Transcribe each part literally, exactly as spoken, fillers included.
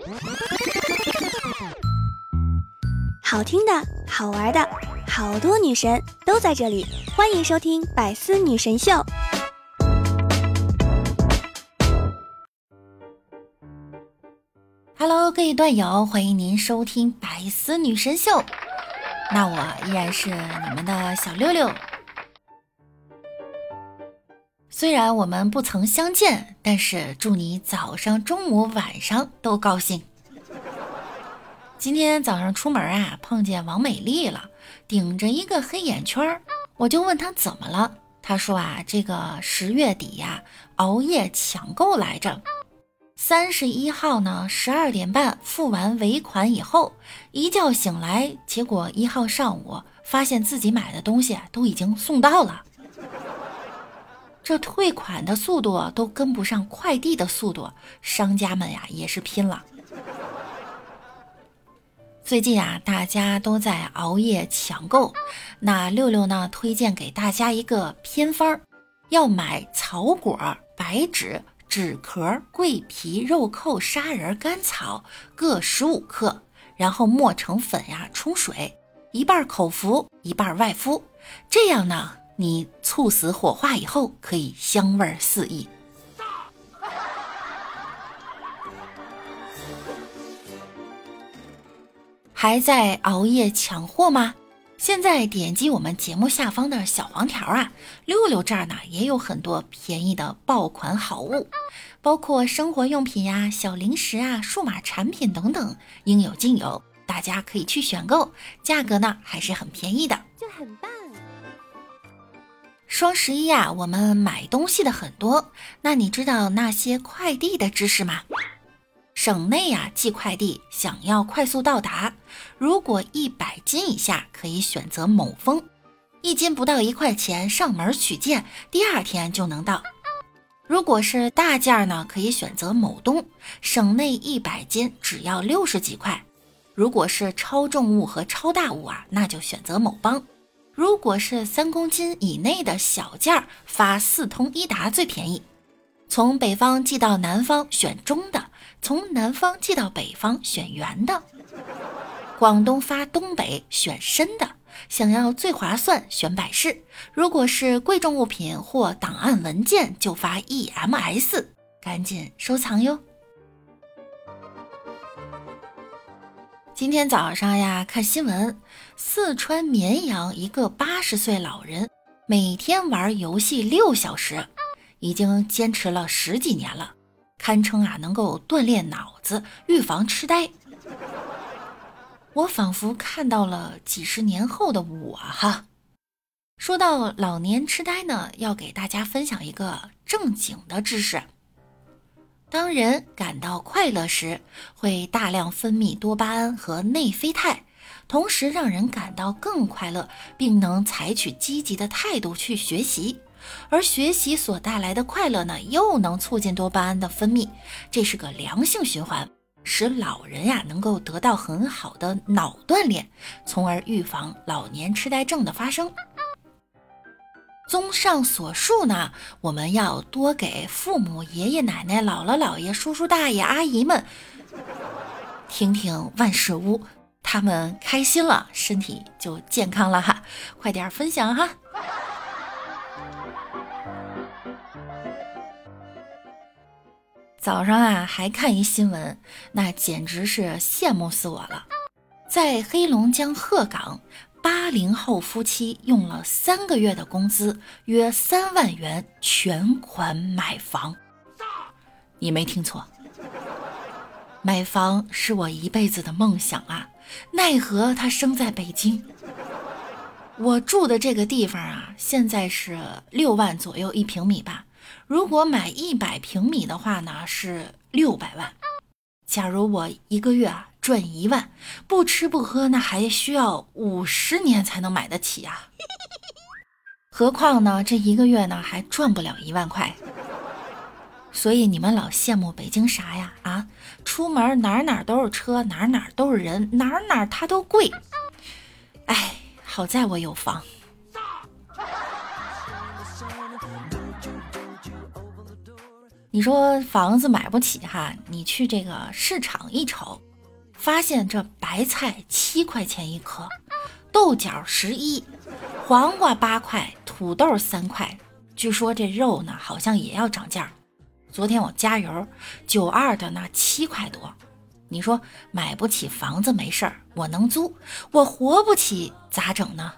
好听的，好玩的，好多女神都在这里，欢迎收听百思女神秀。 Hello， 各位段友，欢迎您收听百思女神秀。那我依然是你们的小六六。虽然我们不曾相见，但是祝你早上、中午、晚上都高兴。今天早上出门啊，碰见王美丽了，顶着一个黑眼圈，我就问她怎么了。她说啊，这个十月底呀、啊，熬夜抢购来着。三十一号呢，十二点半付完尾款以后，一觉醒来，结果一号上午发现自己买的东西都已经送到了。这退款的速度都跟不上快递的速度，商家们呀也是拼了。最近啊，大家都在熬夜抢购，那六六呢推荐给大家一个偏方，要买草果、白芷、纸壳、桂皮、肉蔻、砂仁、甘草各十五克，然后磨成粉呀，冲水，一半口服，一半外敷，这样呢，你猝死火化以后可以香味四溢。还在熬夜抢货吗？现在点击我们节目下方的小黄条啊，六六这儿呢也有很多便宜的爆款好物，包括生活用品呀、小零食啊、数码产品等等，应有尽有，大家可以去选购，价格呢还是很便宜的， 就很棒。 双十一啊，我们买东西的很多，那你知道那些快递的知识吗？省内呀、啊、寄快递想要快速到达，如果一百斤以下可以选择某丰，一斤不到一块钱，上门取件，第二天就能到。如果是大件呢，可以选择某东，省内一百斤只要六十几块。如果是超重物和超大物啊，那就选择某邦。如果是三公斤以内的小件，发四通一达最便宜。从北方寄到南方选中的，从南方寄到北方选圆的，广东发东北选深的，想要最划算选百世，如果是贵重物品或档案文件就发 E M S， 赶紧收藏哟。今天早上呀，看新闻，四川绵阳一个八十岁老人每天玩游戏六小时，已经坚持了十几年了，堪称啊能够锻炼脑子，预防痴呆。我仿佛看到了几十年后的我哈。说到老年痴呆呢，要给大家分享一个正经的知识。当人感到快乐时，会大量分泌多巴胺和内啡肽，同时让人感到更快乐，并能采取积极的态度去学习。而学习所带来的快乐呢，又能促进多巴胺的分泌，这是个良性循环，使老人呀能够得到很好的脑锻炼，从而预防老年痴呆症的发生。综上所述呢，我们要多给父母、爷爷奶奶、姥姥姥爷、叔叔大爷、阿姨们听听万事屋，他们开心了，身体就健康了哈，快点分享哈。早上啊，还看一新闻，那简直是羡慕死我了。在黑龙江鹤岗，八零后夫妻用了三个月的工资，约三万元全款买房。你没听错，买房是我一辈子的梦想啊！奈何他生在北京。我住的这个地方啊，现在是六万左右一平米吧。如果买一百平米的话呢，是六百万。假如我一个月啊赚一万，不吃不喝，那还需要五十年才能买得起啊。何况呢，这一个月呢还赚不了一万块。所以你们老羡慕北京啥呀？啊，出门哪哪都是车，哪哪都是人，哪哪它都贵。哎，好在我有房。 你说房子买不起哈，你去这个市场一瞅，发现这白菜七块钱一颗，豆角十一，黄瓜八块，土豆三块。据说这肉呢好像也要涨价。昨天我加油，九二的那七块多。你说买不起房子没事儿，我能租，我活不起咋整呢？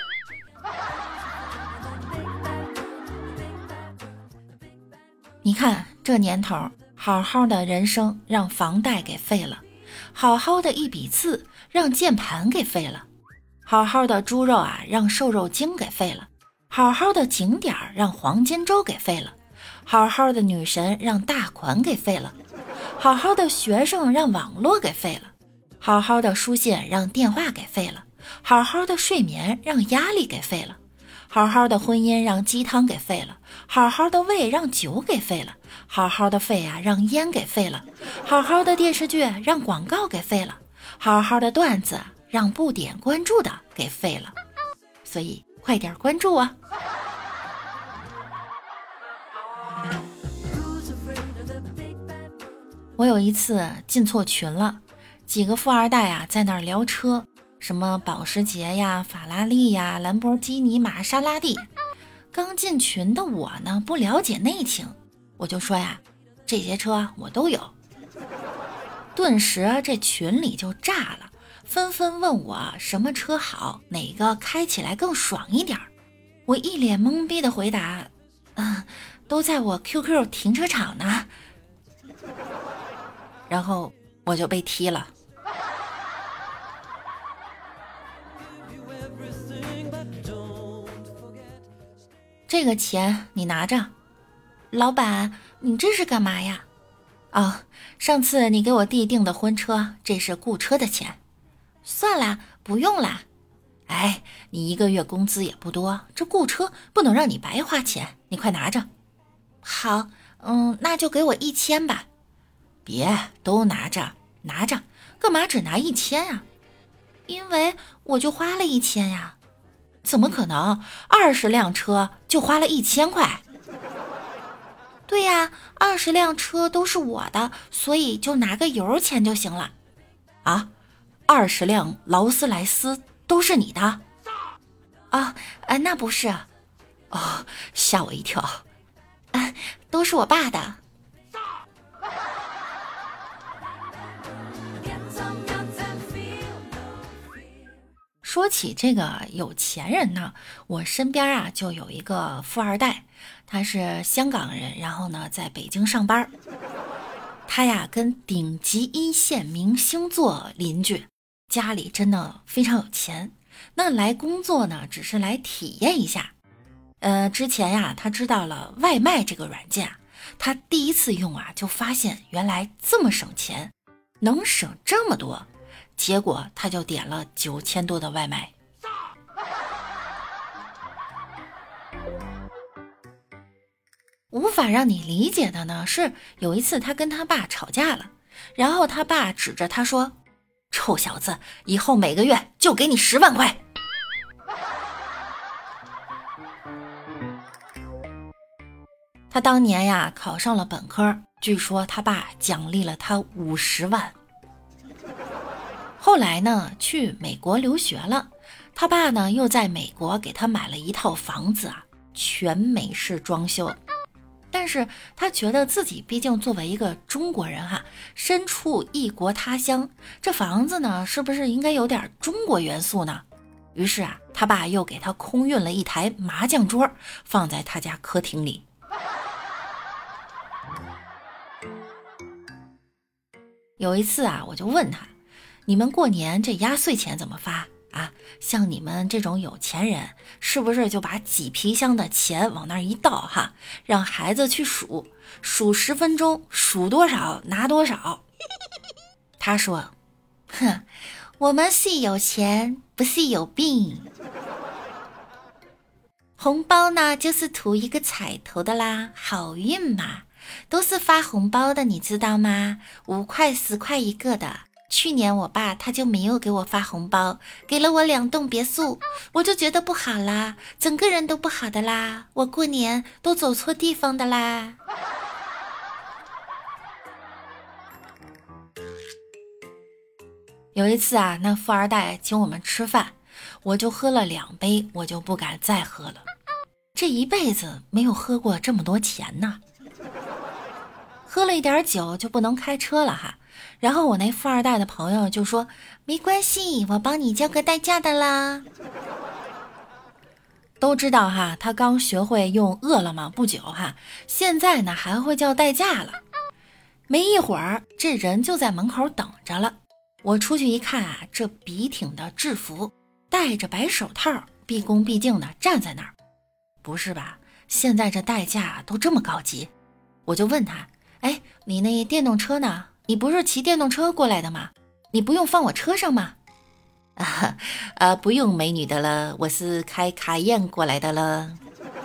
你看这年头，好好的人生让房贷给废了，好好的一笔字让键盘给废了，好好的猪肉啊让瘦肉精给废了，好好的景点让黄金周给废了，好好的女神让大款给废了，好好的学生让网络给废了，好好的书信让电话给废了，好好的睡眠让压力给废了，好好的婚姻让鸡汤给废了，好好的胃让酒给废了，好好的肺啊让烟给废了，好好的电视剧让广告给废了，好好的段子让不点关注的给废了。所以快点关注啊！我有一次进错群了，几个富二代啊在那儿聊车，什么保时捷呀、法拉利呀、兰博基尼、玛莎拉蒂。刚进群的我呢，不了解内情，我就说呀，这些车我都有。顿时这群里就炸了，纷纷问我什么车好，哪个开起来更爽一点。我一脸懵逼的回答，嗯，都在我 Q Q 停车场呢。然后我就被踢了。这个钱你拿着。老板，你这是干嘛呀？哦，上次你给我弟订的婚车，这是雇车的钱。算了，不用啦。哎，你一个月工资也不多，这雇车不能让你白花钱，你快拿着。好，嗯，那就给我一千吧。别，都拿着，拿着，干嘛只拿一千啊？因为我就花了一千呀。怎么可能？二十辆车就花了一千块？对呀，二十辆车都是我的，所以就拿个油钱就行了。啊，二十辆劳斯莱斯都是你的？啊，呃，那不是。哦，吓我一跳。啊，都是我爸的。说起这个有钱人呢，我身边啊就有一个富二代，他是香港人，然后呢在北京上班。他呀跟顶级一线明星做邻居，家里真的非常有钱。那来工作呢，只是来体验一下。呃，之前呀他知道了外卖这个软件，他第一次用啊就发现原来这么省钱，能省这么多。结果他就点了九千多的外卖。无法让你理解的呢是，有一次他跟他爸吵架了，然后他爸指着他说：“臭小子，以后每个月就给你十万块。”他当年呀考上了本科，据说他爸奖励了他五十万。后来呢，去美国留学了，他爸呢又在美国给他买了一套房子啊，全美式装修。但是他觉得自己毕竟作为一个中国人哈，身处异国他乡，这房子呢是不是应该有点中国元素呢？于是啊，他爸又给他空运了一台麻将桌，放在他家客厅里。有一次啊，我就问他，你们过年这压岁钱怎么发啊？像你们这种有钱人，是不是就把几皮箱的钱往那儿一倒哈，让孩子去数，数十分钟，数多少拿多少？他说，哼，我们是有钱，不是有病。红包呢，就是图一个彩头的啦，好运嘛，都是发红包的，你知道吗？五块十块一个的。去年我爸他就没有给我发红包，给了我两栋别墅，我就觉得不好啦，整个人都不好的啦，我过年都走错地方的啦。 有一次啊，那富二代请我们吃饭，我就喝了两杯，我就不敢再喝了。这一辈子没有喝过这么多钱呢。喝了一点酒就不能开车了哈。然后我那富二代的朋友就说，没关系，我帮你交个代驾的啦。都知道哈，他刚学会用饿了么不久哈，现在呢还会叫代驾了。没一会儿，这人就在门口等着了。我出去一看啊，这笔挺的制服，戴着白手套，毕恭毕敬的站在那儿。不是吧？现在这代驾都这么高级？我就问他，哎，你那电动车呢？你不是骑电动车过来的吗？你不用放我车上吗？啊，呃，不用美女的了，我是开卡宴过来的了。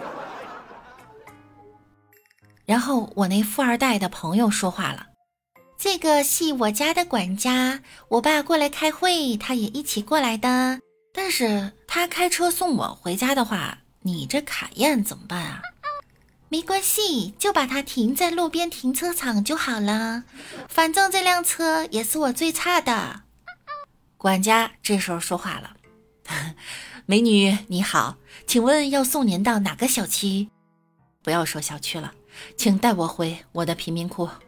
然后我那富二代的朋友说话了，这个是我家的管家，我爸过来开会，他也一起过来的。但是他开车送我回家的话，你这卡宴怎么办啊？没关系，就把它停在路边停车场就好了，反正这辆车也是我最差的。管家这时候说话了，美女你好，请问要送您到哪个小区？不要说小区了，请带我回我的贫民窟。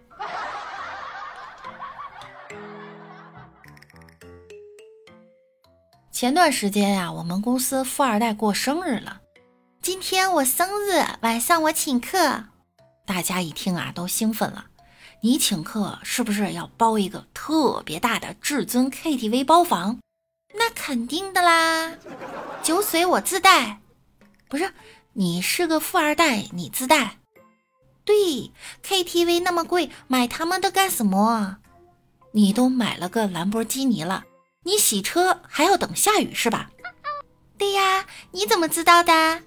前段时间呀、啊，我们公司富二代过生日了，今天我生日，晚上我请客。大家一听啊，都兴奋了。你请客是不是要包一个特别大的至尊 K T V 包房？那肯定的啦，酒水我自带。不是，你是个富二代，你自带？对， K T V 那么贵，买他们的干什么？你都买了个兰博基尼了，你洗车还要等下雨是吧？对呀，你怎么知道的？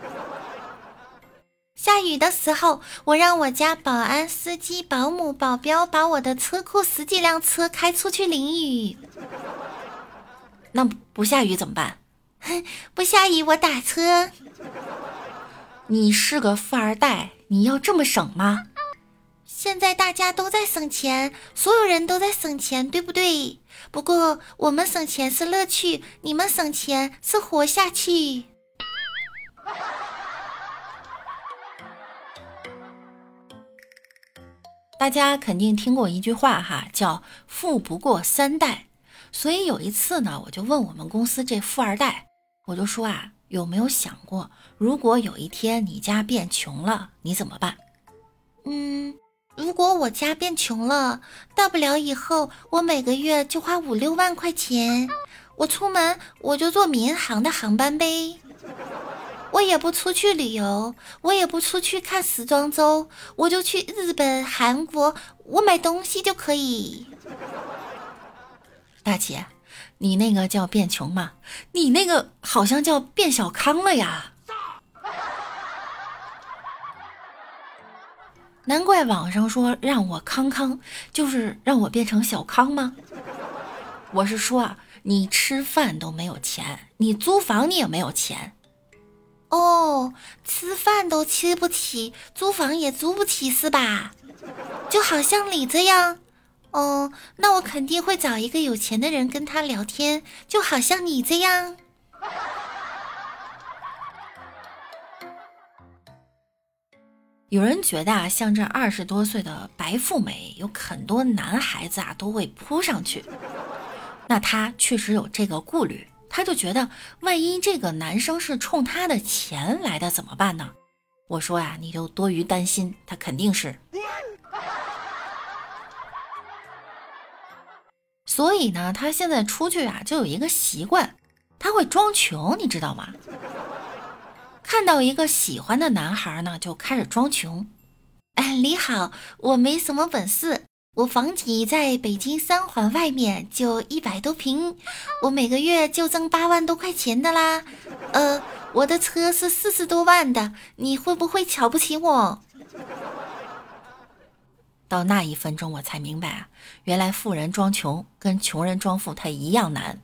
下雨的时候，我让我家保安、司机、保姆、保镖把我的车库十几辆车开出去淋雨。那不下雨怎么办？不下雨我打车。你是个富二代，你要这么省吗？现在大家都在省钱，所有人都在省钱，对不对？不过我们省钱是乐趣，你们省钱是活下去。大家肯定听过一句话哈，叫富不过三代。所以有一次呢，我就问我们公司这富二代，我就说啊，有没有想过，如果有一天你家变穷了，你怎么办？嗯，如果我家变穷了，大不了以后我每个月就花五六万块钱，我出门我就坐民航的航班呗。我也不出去旅游，我也不出去看时装周，我就去日本、韩国，我买东西就可以。大姐，你那个叫变穷吗？你那个好像叫变小康了呀。难怪网上说让我康康，就是让我变成小康吗？我是说啊，你吃饭都没有钱，你租房你也没有钱。哦，吃饭都吃不起，租房也租不起是吧？就好像你这样，哦，那我肯定会找一个有钱的人跟他聊天，就好像你这样。有人觉得啊，像这二十多岁的白富美，有很多男孩子啊都会扑上去。那他确实有这个顾虑。他就觉得万一这个男生是冲他的钱来的怎么办呢？我说呀，你就多余担心，他肯定是。所以呢，他现在出去啊就有一个习惯，他会装穷，你知道吗？看到一个喜欢的男孩呢，就开始装穷。哎，你好，我没什么本事。我房企在北京三环外面，就一百多平，我每个月就挣八万多块钱的啦。呃，我的车是四十多万的，你会不会瞧不起我？到那一分钟我才明白啊，原来富人装穷跟穷人装富他一样难。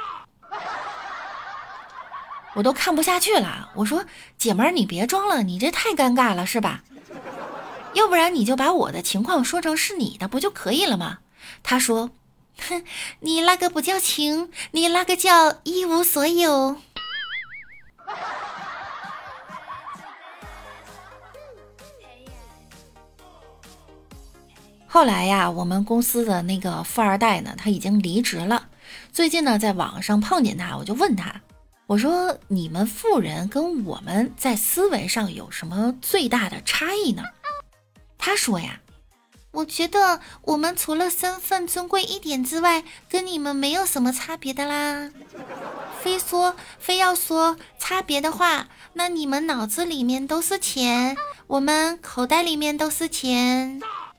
我都看不下去了，我说姐们儿你别装了，你这太尴尬了是吧？要不然你就把我的情况说成是你的不就可以了吗？他说哼，你那个不叫情，你那个叫一无所有。后来呀，我们公司的那个富二代呢，他已经离职了。最近呢，在网上碰见他，我就问他，我说你们富人跟我们在思维上有什么最大的差异呢？他说呀，我觉得我们除了身份尊贵一点之外，跟你们没有什么差别的啦。非说非要说差别的话，那你们脑子里面都是钱，我们口袋里面都是钱。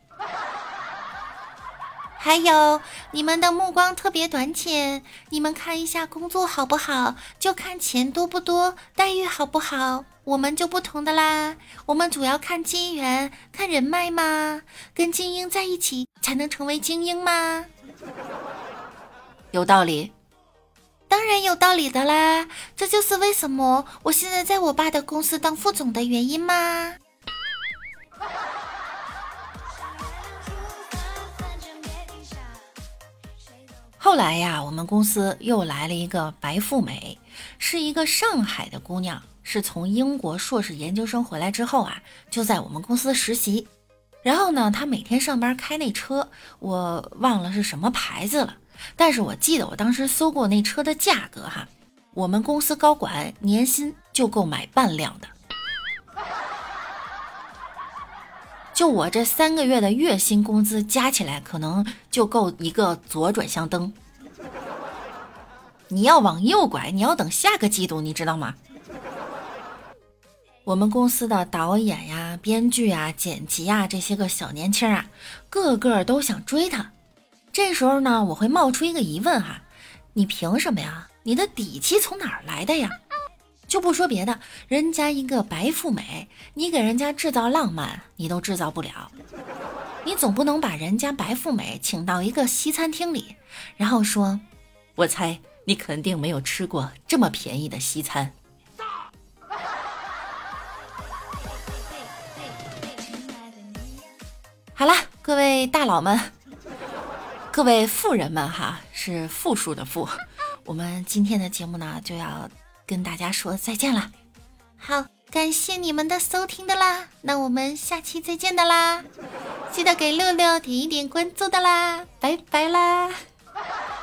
还有你们的目光特别短浅，你们看一下工作好不好，就看钱多不多，待遇好不好。我们就不同的啦，我们主要看机缘，看人脉嘛，跟精英在一起才能成为精英嘛。有道理，当然有道理的啦，这就是为什么我现在在我爸的公司当副总的原因嘛。后来呀，我们公司又来了一个白富美，是一个上海的姑娘，是从英国硕士研究生回来之后啊，就在我们公司实习。然后呢，她每天上班开那车，我忘了是什么牌子了，但是我记得我当时搜过那车的价格哈，我们公司高管年薪就够买半辆的。就我这三个月的月薪工资加起来，可能就够一个左转向灯。你要往右拐，你要等下个季度，你知道吗？我们公司的导演呀、编剧啊、剪辑啊这些个小年轻啊，个个都想追他。这时候呢，我会冒出一个疑问哈，你凭什么呀？你的底气从哪儿来的呀？就不说别的，人家一个白富美，你给人家制造浪漫，你都制造不了。你总不能把人家白富美请到一个西餐厅里，然后说，我猜你肯定没有吃过这么便宜的西餐。好啦，各位大佬们，各位富人们哈，是复数的富，我们今天的节目呢就要跟大家说再见了。好，感谢你们的收听的啦，那我们下期再见的啦，记得给六六点一点关注的啦，拜拜啦。